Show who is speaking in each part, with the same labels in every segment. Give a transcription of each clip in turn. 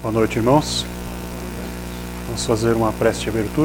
Speaker 1: Boa noite, irmãos. Vamos fazer uma prece de abertura.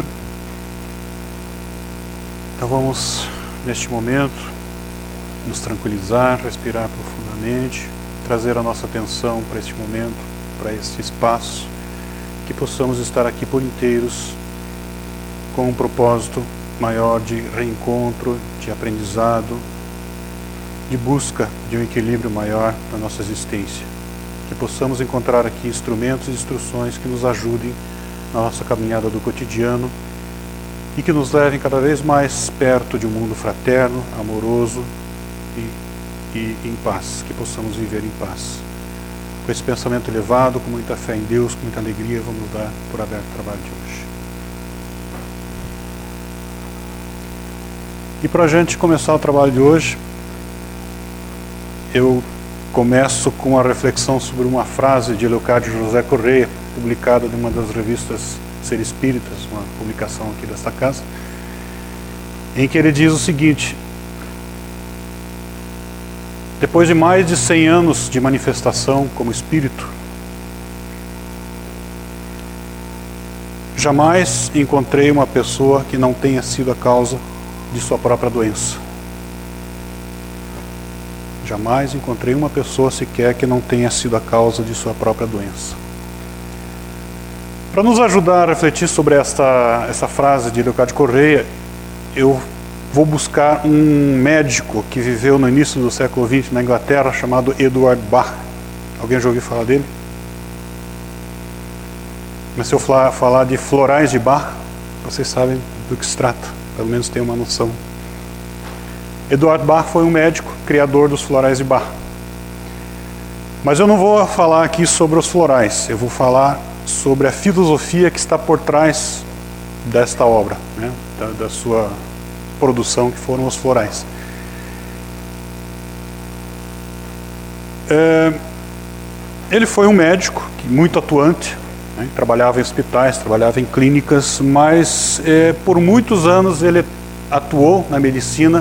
Speaker 1: Então vamos, neste momento, nos tranquilizar, respirar profundamente, trazer a nossa atenção para este momento, para este espaço, que possamos estar aqui por inteiros com um propósito maior de reencontro, de aprendizado, de busca de um equilíbrio maior na nossa existência. Que possamos encontrar aqui instrumentos e instruções que nos ajudem na nossa caminhada do cotidiano e que nos levem cada vez mais perto de um mundo fraterno, amoroso e em paz, que possamos viver em paz. Com esse pensamento elevado, com muita fé em Deus, com muita alegria, vamos dar por aberto o trabalho de hoje. E para a gente começar o trabalho de hoje, eu começo com uma reflexão sobre uma frase de Leocádio José Correia, publicada em uma das revistas Ser Espíritas, uma publicação aqui desta casa, em que ele diz o seguinte: depois de mais de 100 anos de manifestação como espírito, jamais encontrei uma pessoa que não tenha sido a causa de sua própria doença. Jamais encontrei uma pessoa sequer que não tenha sido a causa de sua própria doença. Para nos ajudar a refletir sobre essa frase de Leocádio Correia, eu vou buscar um médico que viveu no início do século XX na Inglaterra, chamado Edward Bach. Alguém já ouviu falar dele? Mas se eu falar de florais de Bach, vocês sabem do que se trata, pelo menos tem uma noção. Edward Bach foi um médico, criador dos florais de Bach. Mas eu não vou falar aqui sobre os florais, eu vou falar sobre a filosofia que está por trás desta obra, né? da sua produção, que foram os florais. Ele foi um médico muito atuante, né? Trabalhava em hospitais, trabalhava em clínicas, mas por muitos anos ele atuou na medicina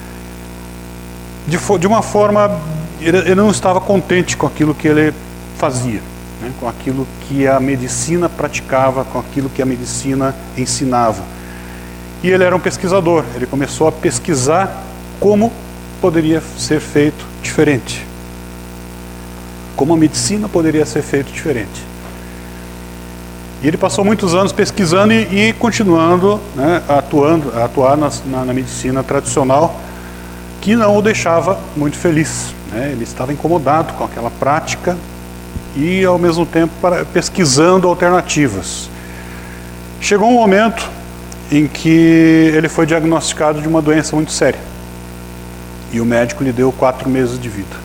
Speaker 1: de uma forma, ele não estava contente com aquilo que ele fazia, né, com aquilo que a medicina praticava, com aquilo que a medicina ensinava. E ele era um pesquisador, ele começou a pesquisar como poderia ser feito diferente. Como a medicina poderia ser feito diferente. E ele passou muitos anos pesquisando e continuando, né, a atuar na medicina tradicional, que não o deixava muito feliz, né? Ele estava incomodado com aquela prática e, ao mesmo tempo, pesquisando alternativas. Chegou um momento em que ele foi diagnosticado de uma doença muito séria e o médico lhe deu 4 meses de vida.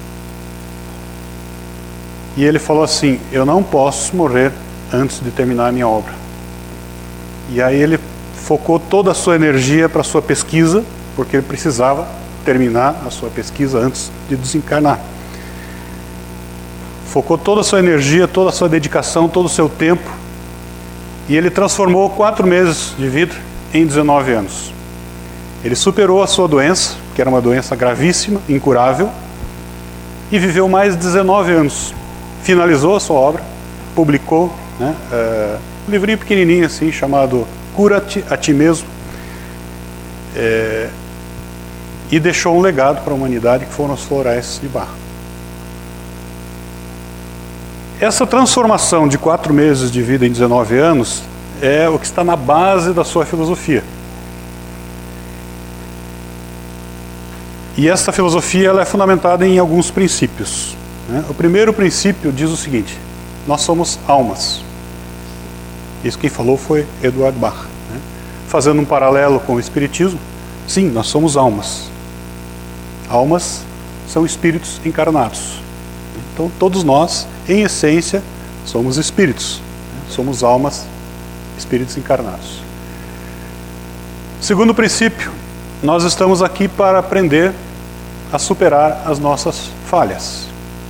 Speaker 1: E ele falou assim: eu não posso morrer antes de terminar a minha obra. E aí ele focou toda a sua energia para a sua pesquisa, porque ele precisava terminar a sua pesquisa antes de desencarnar. Focou toda a sua energia, toda a sua dedicação, todo o seu tempo, e ele transformou 4 meses de vida em 19 anos. Ele superou a sua doença, que era uma doença gravíssima, incurável, e viveu mais 19 anos. Finalizou a sua obra, publicou, né, um livrinho pequenininho assim, chamado Cura-te a Ti Mesmo, e deixou um legado para a humanidade, que foram os florais de Bach. Essa transformação de 4 meses de vida em 19 anos é o que está na base da sua filosofia. E essa filosofia ela é fundamentada em alguns princípios, né? O primeiro princípio diz o seguinte: nós somos almas. Isso quem falou foi Edward Bach, né? Fazendo um paralelo com o Espiritismo, sim, nós somos almas. Almas são espíritos encarnados. Então todos nós, em essência, somos espíritos, né? Somos almas, espíritos encarnados. Segundo princípio, nós estamos aqui para aprender a superar as nossas falhas.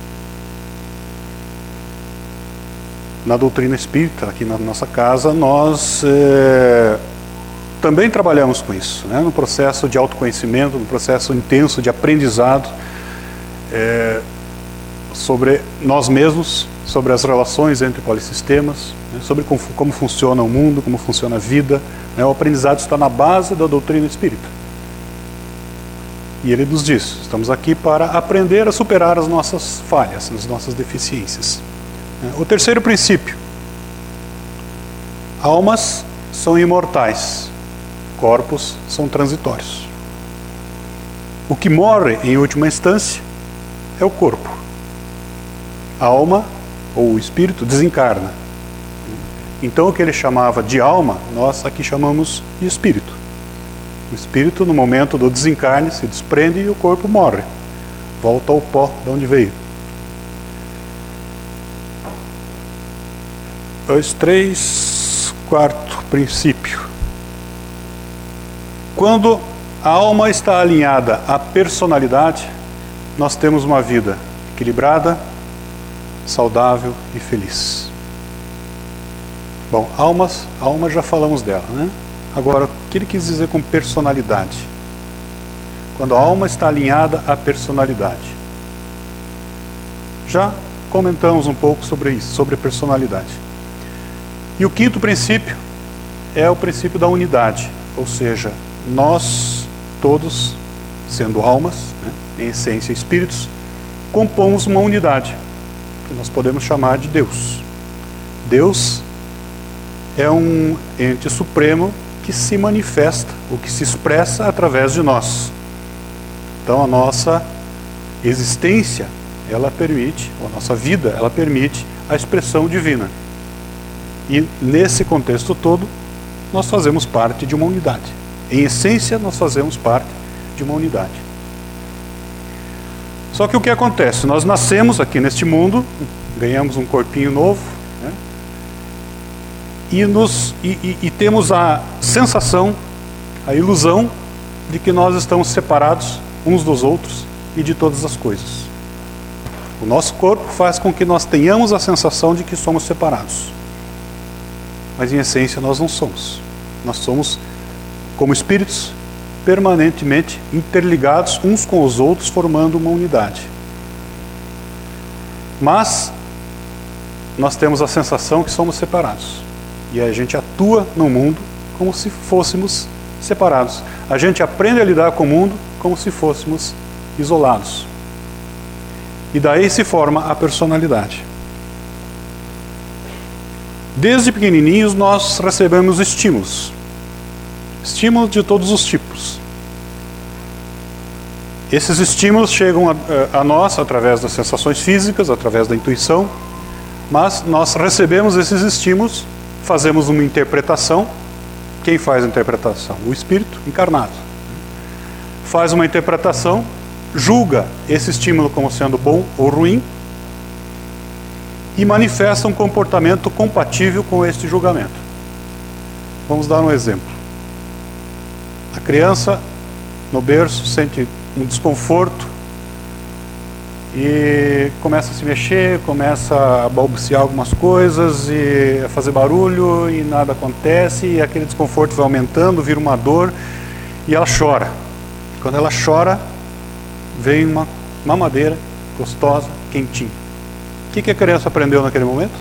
Speaker 1: Na doutrina espírita, aqui na nossa casa, nós também trabalhamos com isso, né? No processo de autoconhecimento, no processo intenso de aprendizado sobre nós mesmos sobre as relações entre polisistemas, né, sobre como funciona o mundo, como funciona a vida. Né, o aprendizado está na base da doutrina espírita. E ele nos diz, estamos aqui para aprender a superar as nossas falhas, as nossas deficiências. O terceiro princípio: almas são imortais, corpos são transitórios. O que morre em última instância é o corpo. A alma, ou o espírito, desencarna. Então o que ele chamava de alma, nós aqui chamamos de espírito. O espírito, no momento do desencarne, se desprende e o corpo morre. Volta ao pó de onde veio. 2, 3, quarto princípio. Quando a alma está alinhada à personalidade, nós temos uma vida equilibrada, saudável e feliz. Bom, alma já falamos dela, né? Agora, o que ele quis dizer com personalidade? Quando a alma está alinhada à personalidade. Já comentamos um pouco sobre isso, sobre personalidade. E o quinto princípio é o princípio da unidade, ou seja, nós todos, sendo almas, né, em essência espíritos, compomos uma unidade, que nós podemos chamar de Deus. Deus é um ente supremo que se manifesta, ou que se expressa através de nós. Então a nossa existência, ela permite, ou a nossa vida, ela permite a expressão divina. E nesse contexto todo, nós fazemos parte de uma unidade. Em essência, nós fazemos parte de uma unidade. Só que o que acontece? Nós nascemos aqui neste mundo, ganhamos um corpinho novo, né? E temos a sensação, a ilusão de que nós estamos separados uns dos outros e de todas as coisas. O nosso corpo faz com que nós tenhamos a sensação de que somos separados. Mas em essência nós não somos. Nós somos, como espíritos, permanentemente interligados uns com os outros, formando uma unidade. Mas nós temos a sensação que somos separados. E a gente atua no mundo como se fôssemos separados. A gente aprende a lidar com o mundo como se fôssemos isolados. E daí se forma a personalidade. Desde pequenininhos nós recebemos estímulos. Estímulos de todos os tipos. Esses estímulos chegam a nós através das sensações físicas, através da intuição, mas nós recebemos esses estímulos, fazemos uma interpretação. Quem faz a interpretação? O espírito encarnado. Faz uma interpretação, julga esse estímulo como sendo bom ou ruim e manifesta um comportamento compatível com este julgamento. Vamos dar um exemplo. A criança no berço sente um desconforto e começa a se mexer, começa a balbuciar algumas coisas e a fazer barulho e nada acontece, e aquele desconforto vai aumentando, vira uma dor e ela chora. Quando ela chora, vem uma mamadeira gostosa, quentinha. O que a criança aprendeu naquele momento?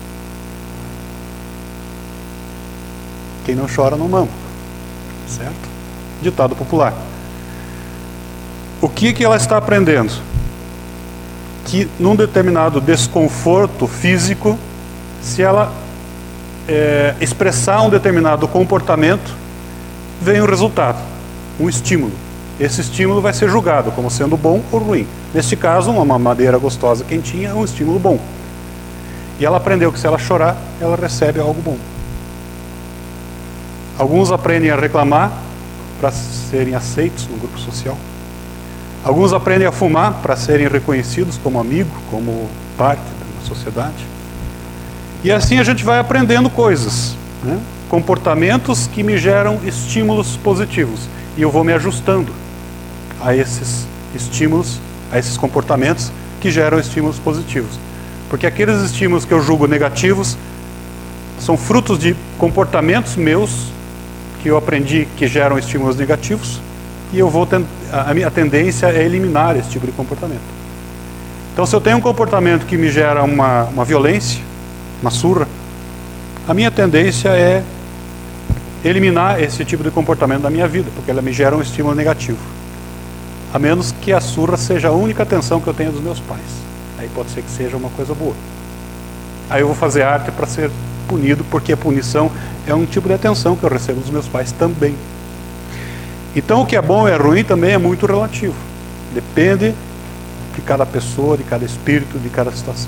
Speaker 1: Quem não chora não mama, certo? Ditado popular. O que ela está aprendendo? Que num determinado desconforto físico, se ela expressar um determinado comportamento, vem um resultado, um estímulo. Esse estímulo vai ser julgado como sendo bom ou ruim. Neste caso, uma mamadeira gostosa, quentinha, é um estímulo bom. E ela aprendeu que se ela chorar, ela recebe algo bom. Alguns aprendem a reclamar para serem aceitos no grupo social. Alguns aprendem a fumar para serem reconhecidos como amigo, como parte da sociedade. E assim a gente vai aprendendo coisas, né? Comportamentos que me geram estímulos positivos. E eu vou me ajustando a esses estímulos, a esses comportamentos que geram estímulos positivos. Porque aqueles estímulos que eu julgo negativos são frutos de comportamentos meus que eu aprendi que geram estímulos negativos, e eu vou a minha tendência é eliminar esse tipo de comportamento. Então, se eu tenho um comportamento que me gera uma violência, uma surra, a minha tendência é eliminar esse tipo de comportamento da minha vida, porque ela me gera um estímulo negativo. A menos que a surra seja a única atenção que eu tenho dos meus pais. Aí pode ser que seja uma coisa boa. Aí eu vou fazer arte para ser punido, porque a punição é um tipo de atenção que eu recebo dos meus pais também. Então o que é bom e é ruim também é muito relativo. Depende de cada pessoa, de cada espírito, de cada situação.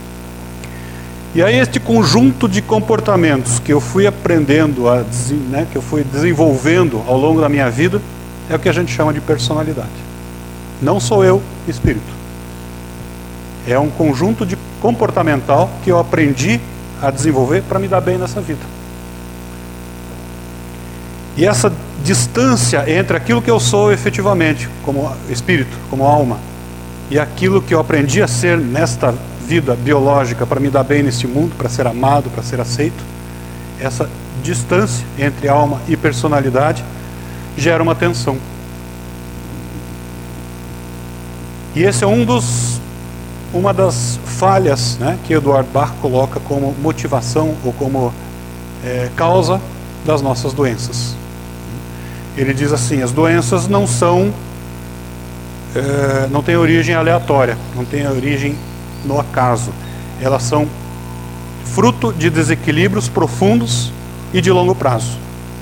Speaker 1: E aí este conjunto de comportamentos que eu fui aprendendo, que eu fui desenvolvendo ao longo da minha vida, é o que a gente chama de personalidade. Não sou eu, espírito. É um conjunto de comportamental que eu aprendi a desenvolver para me dar bem nessa vida. E essa distância entre aquilo que eu sou efetivamente, como espírito, como alma, e aquilo que eu aprendi a ser nesta vida biológica para me dar bem neste mundo, para ser amado, para ser aceito, essa distância entre alma e personalidade gera uma tensão. E esse é uma das falhas, que Eduard Bach coloca como motivação ou como causa das nossas doenças. Ele diz assim: as doenças não têm origem aleatória, não têm origem no acaso. Elas são fruto de desequilíbrios profundos e de longo prazo.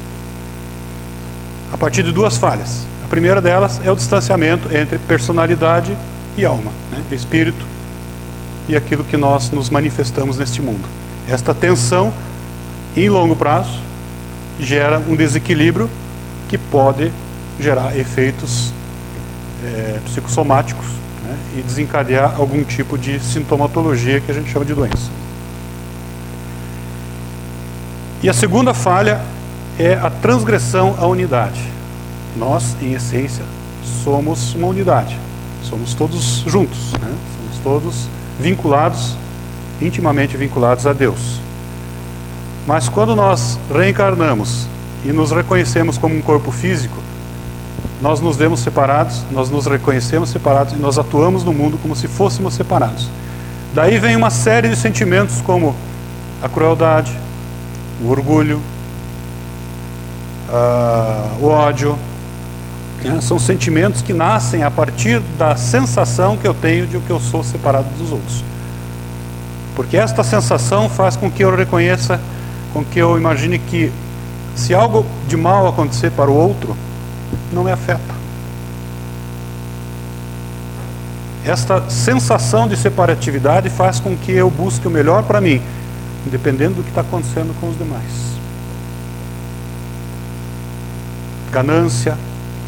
Speaker 1: A partir de duas falhas. A primeira delas é o distanciamento entre personalidade e alma, espírito e aquilo que nós nos manifestamos neste mundo. Esta tensão, em longo prazo, gera um desequilíbrio que pode gerar efeitos psicossomáticos, e desencadear algum tipo de sintomatologia que a gente chama de doença. E a segunda falha é a transgressão à unidade. Nós, em essência, somos uma unidade. Somos todos juntos, somos todos vinculados, intimamente vinculados a Deus. Mas quando nós reencarnamos e nos reconhecemos como um corpo físico, nós nos vemos separados, nós nos reconhecemos separados e nós atuamos no mundo como se fôssemos separados. Daí vem uma série de sentimentos como a crueldade, o orgulho, o ódio. São sentimentos que nascem a partir da sensação que eu tenho de que eu sou separado dos outros. Porque esta sensação faz com que eu reconheça, com que eu imagine que se algo de mal acontecer para o outro, não me afeta. Esta sensação de separatividade faz com que eu busque o melhor para mim, independente do que está acontecendo com os demais. Ganância,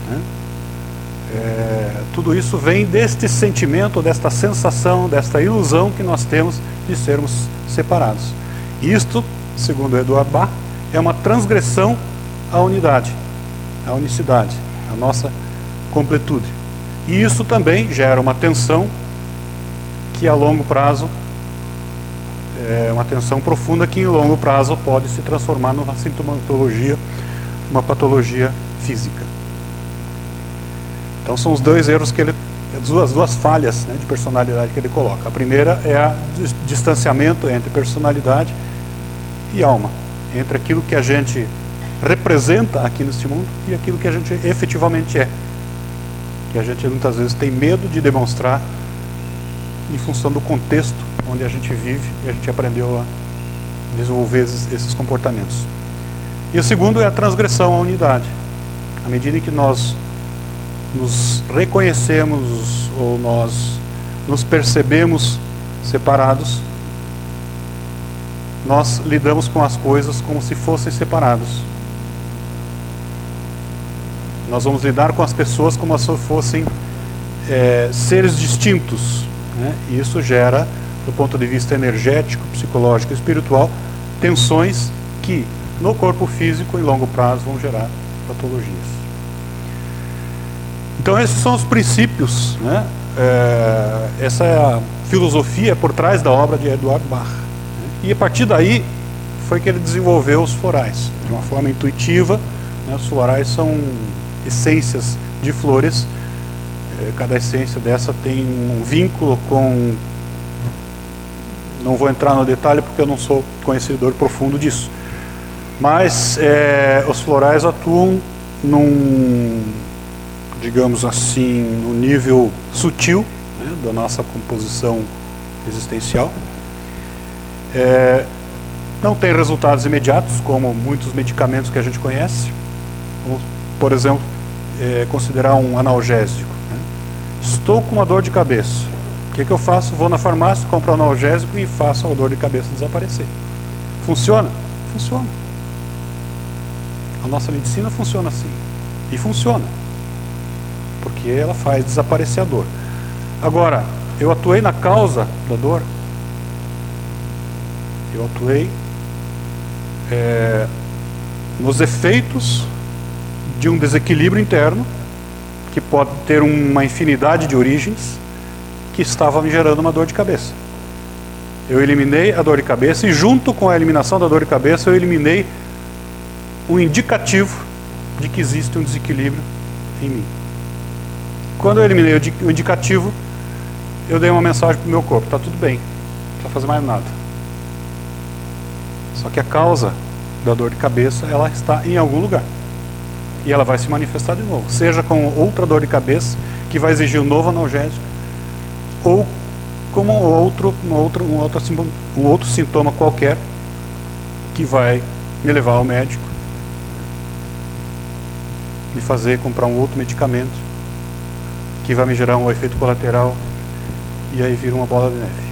Speaker 1: tudo isso vem deste sentimento, desta sensação, desta ilusão que nós temos de sermos separados. Isto, segundo Eduard Bach, é uma transgressão à unidade, à unicidade, à nossa completude. E isso também gera uma tensão que a longo prazo é uma tensão profunda que em longo prazo pode se transformar numa sintomatologia, uma patologia física. Então são os dois erros que as duas falhas de personalidade que ele coloca. A primeira é o distanciamento entre personalidade e alma, entre aquilo que a gente representa aqui neste mundo e aquilo que a gente efetivamente é, que a gente muitas vezes tem medo de demonstrar em função do contexto onde a gente vive e a gente aprendeu a desenvolver esses comportamentos. E o segundo é a transgressão à unidade. À medida em que nós nos reconhecemos ou nós nos percebemos separados, nós lidamos com as coisas como se fossem separados. Nós vamos lidar com as pessoas como se fossem seres distintos, E isso gera, do ponto de vista energético, psicológico e espiritual, tensões que no corpo físico, em longo prazo, vão gerar patologias. Então esses são os princípios, essa é a filosofia por trás da obra de Eduard Bach. E a partir daí foi que ele desenvolveu os florais, de uma forma intuitiva. Os florais são essências de flores Cada essência dessa tem um vínculo com... Não vou entrar no detalhe porque eu não sou conhecedor profundo disso. Mas os florais atuam digamos assim, no nível sutil, né, da nossa composição existencial. Não tem resultados imediatos, como muitos medicamentos que a gente conhece. Vamos, por exemplo, considerar um analgésico, né? Estou com uma dor de cabeça. O que eu faço? Vou na farmácia, compro um analgésico e faço a dor de cabeça desaparecer. Funciona? Funciona. A nossa medicina funciona assim. E funciona. Porque ela faz desaparecer a dor. Agora, eu atuei na causa da dor? Eu atuei nos efeitos de um desequilíbrio interno, que pode ter uma infinidade de origens, que estava me gerando uma dor de cabeça. Eu eliminei a dor de cabeça e junto com a eliminação da dor de cabeça eu eliminei um indicativo de que existe um desequilíbrio em mim. Quando eu eliminei o indicativo, eu dei uma mensagem para o meu corpo: está tudo bem, não precisa fazer mais nada. Só que a causa da dor de cabeça, ela está em algum lugar. E ela vai se manifestar de novo. Seja com outra dor de cabeça, que vai exigir um novo analgésico, ou como um outro sintoma qualquer, que vai me levar ao médico, me fazer comprar um outro medicamento, que vai me gerar um efeito colateral, e aí vira uma bola de neve.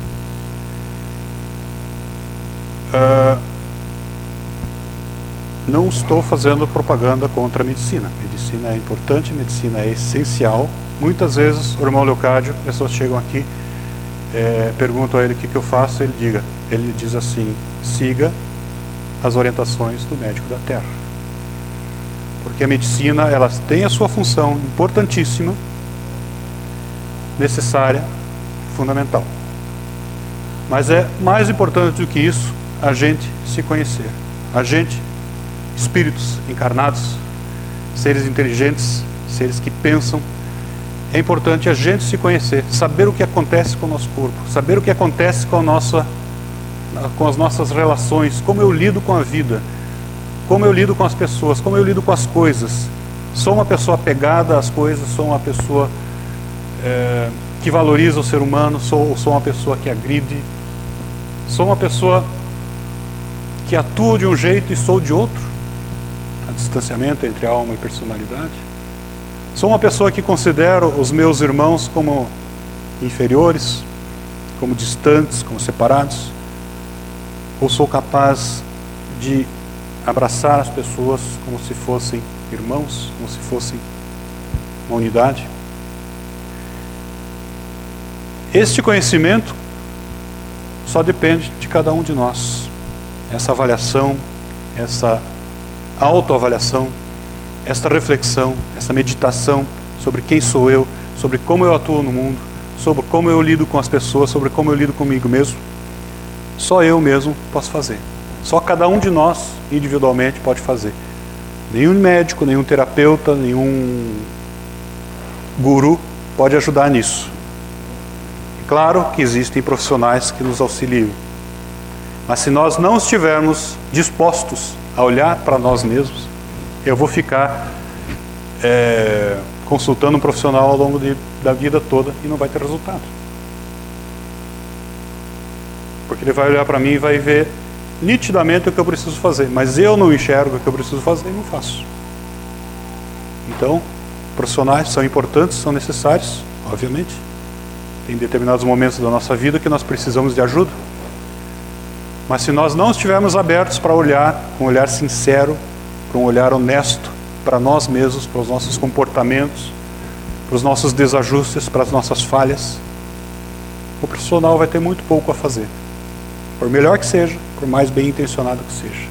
Speaker 1: Não estou fazendo propaganda contra a medicina. Medicina é importante, medicina é essencial. Muitas vezes, o irmão Leocádio, pessoas chegam aqui, perguntam a ele o que eu faço, ele diz assim: siga as orientações do médico da Terra. Porque a medicina, ela tem a sua função importantíssima, necessária, fundamental. Mas é mais importante do que isso a gente se conhecer. A gente, espíritos encarnados, seres inteligentes, seres que pensam, é importante a gente se conhecer, saber o que acontece com o nosso corpo, saber o que acontece com as nossas relações, como eu lido com a vida, como eu lido com as pessoas, como eu lido com as coisas. Sou uma pessoa apegada às coisas, sou uma pessoa que valoriza o ser humano, sou uma pessoa que agride, sou uma pessoa que atuo de um jeito e sou de outro. Há distanciamento entre alma e personalidade. Sou uma pessoa que considero os meus irmãos como inferiores, como distantes, como separados. Ou sou capaz de abraçar as pessoas como se fossem irmãos, como se fossem uma unidade. Este conhecimento só depende de cada um de nós. Essa avaliação, essa autoavaliação, esta reflexão, essa meditação sobre quem sou eu, sobre como eu atuo no mundo, sobre como eu lido com as pessoas, sobre como eu lido comigo mesmo, só eu mesmo posso fazer. Só cada um de nós, individualmente, pode fazer. Nenhum médico, nenhum terapeuta, nenhum guru pode ajudar nisso. Claro que existem profissionais que nos auxiliam. Mas se nós não estivermos dispostos a olhar para nós mesmos, eu vou ficar consultando um profissional ao longo da vida toda e não vai ter resultado. Porque ele vai olhar para mim e vai ver nitidamente o que eu preciso fazer, mas eu não enxergo o que eu preciso fazer e não faço. Então, profissionais são importantes, são necessários, obviamente. Tem determinados momentos da nossa vida que nós precisamos de ajuda. Mas se nós não estivermos abertos para olhar, com um olhar sincero, com um olhar honesto para nós mesmos, para os nossos comportamentos, para os nossos desajustes, para as nossas falhas, o profissional vai ter muito pouco a fazer. Por melhor que seja, por mais bem intencionado que seja.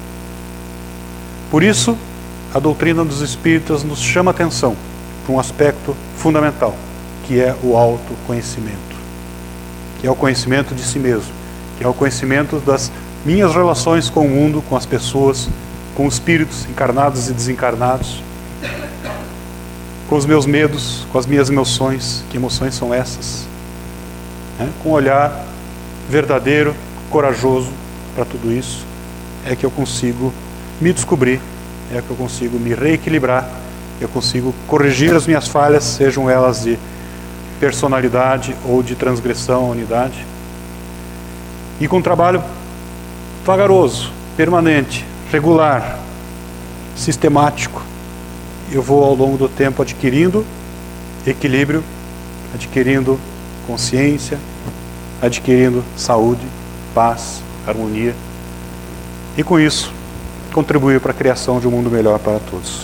Speaker 1: Por isso, a doutrina dos espíritas nos chama atenção para um aspecto fundamental, que é o autoconhecimento, que é o conhecimento de si mesmo, que é o conhecimento das minhas relações com o mundo, com as pessoas, com os espíritos encarnados e desencarnados, com os meus medos, com as minhas emoções. Que emoções são essas? Com um olhar verdadeiro, corajoso para tudo isso, é que eu consigo me descobrir, é que eu consigo me reequilibrar, eu consigo corrigir as minhas falhas, sejam elas de personalidade ou de transgressão à unidade. E com um trabalho vagaroso, permanente, regular, sistemático, eu vou ao longo do tempo adquirindo equilíbrio, adquirindo consciência, adquirindo saúde, paz, harmonia, e com isso contribuir para a criação de um mundo melhor para todos.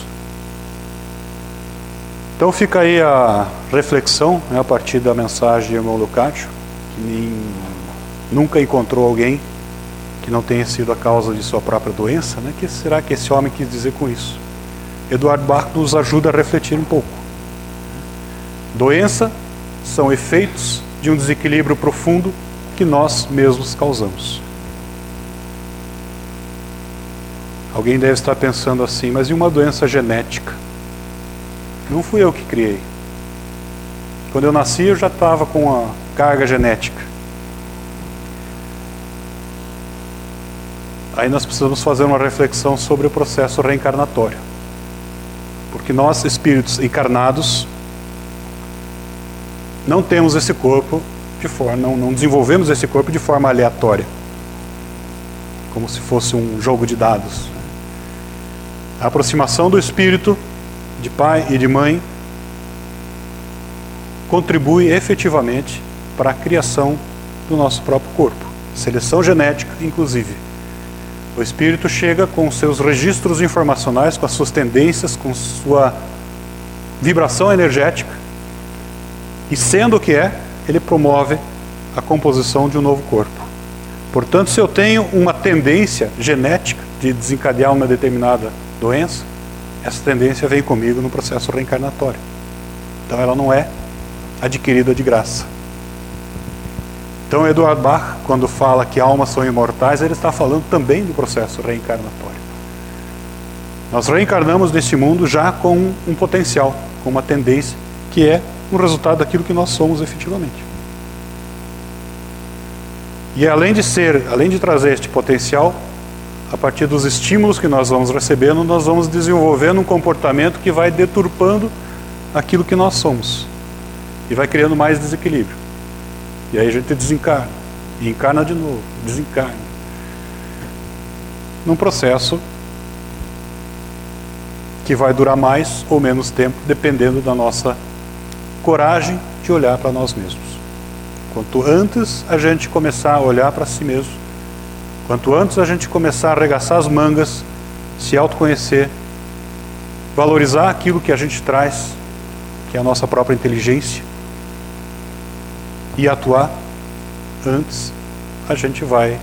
Speaker 1: Então fica aí a reflexão, a partir da mensagem de irmão Lucácio, que nunca encontrou alguém que não tenha sido a causa de sua própria doença, né? O que será que esse homem quis dizer com isso? Eduardo Bach nos ajuda a refletir um pouco. Doença são efeitos de um desequilíbrio profundo que nós mesmos causamos. Alguém deve estar pensando assim, mas e uma doença genética? Não fui eu que criei. Quando eu nasci, eu já estava com a carga genética. Aí nós precisamos fazer uma reflexão sobre o processo reencarnatório. Porque nós, espíritos encarnados, não temos esse corpo de forma, não desenvolvemos esse corpo de forma aleatória, como se fosse um jogo de dados. A aproximação do espírito, de pai e de mãe, contribui efetivamente para a criação do nosso próprio corpo. Seleção genética, inclusive. O espírito chega com seus registros informacionais, com as suas tendências, com sua vibração energética, e sendo o que é, ele promove a composição de um novo corpo. Portanto, se eu tenho uma tendência genética de desencadear uma determinada doença, essa tendência vem comigo no processo reencarnatório. Então ela não é adquirida de graça. Então Eduard Bach, quando fala que almas são imortais, ele está falando também do processo reencarnatório. Nós reencarnamos neste mundo já com um potencial, com uma tendência, que é um resultado daquilo que nós somos efetivamente. E além de trazer este potencial, a partir dos estímulos que nós vamos recebendo, nós vamos desenvolvendo um comportamento que vai deturpando aquilo que nós somos. E vai criando mais desequilíbrio. E aí a gente desencarna, e encarna de novo, desencarna. Num processo que vai durar mais ou menos tempo, dependendo da nossa coragem de olhar para nós mesmos. Quanto antes a gente começar a olhar para si mesmo, quanto antes a gente começar a arregaçar as mangas, se autoconhecer, valorizar aquilo que a gente traz, que é a nossa própria inteligência, e atuar, antes a gente vai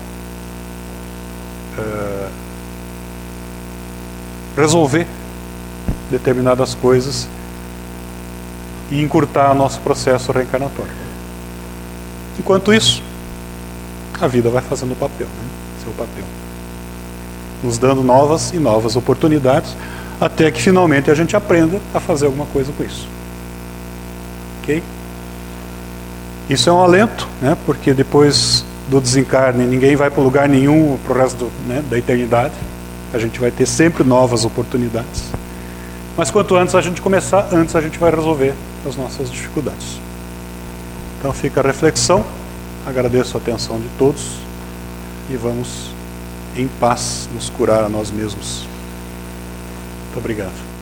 Speaker 1: resolver determinadas coisas e encurtar nosso processo reencarnatório. Enquanto isso, a vida vai fazendo o papel, seu papel, nos dando novas e novas oportunidades, até que finalmente a gente aprenda a fazer alguma coisa com isso. Ok? Isso é um alento, porque depois do desencarne ninguém vai para lugar nenhum para o resto da eternidade. A gente vai ter sempre novas oportunidades. Mas quanto antes a gente começar, antes a gente vai resolver as nossas dificuldades. Então fica a reflexão. Agradeço a atenção de todos e vamos em paz nos curar a nós mesmos. Muito obrigado.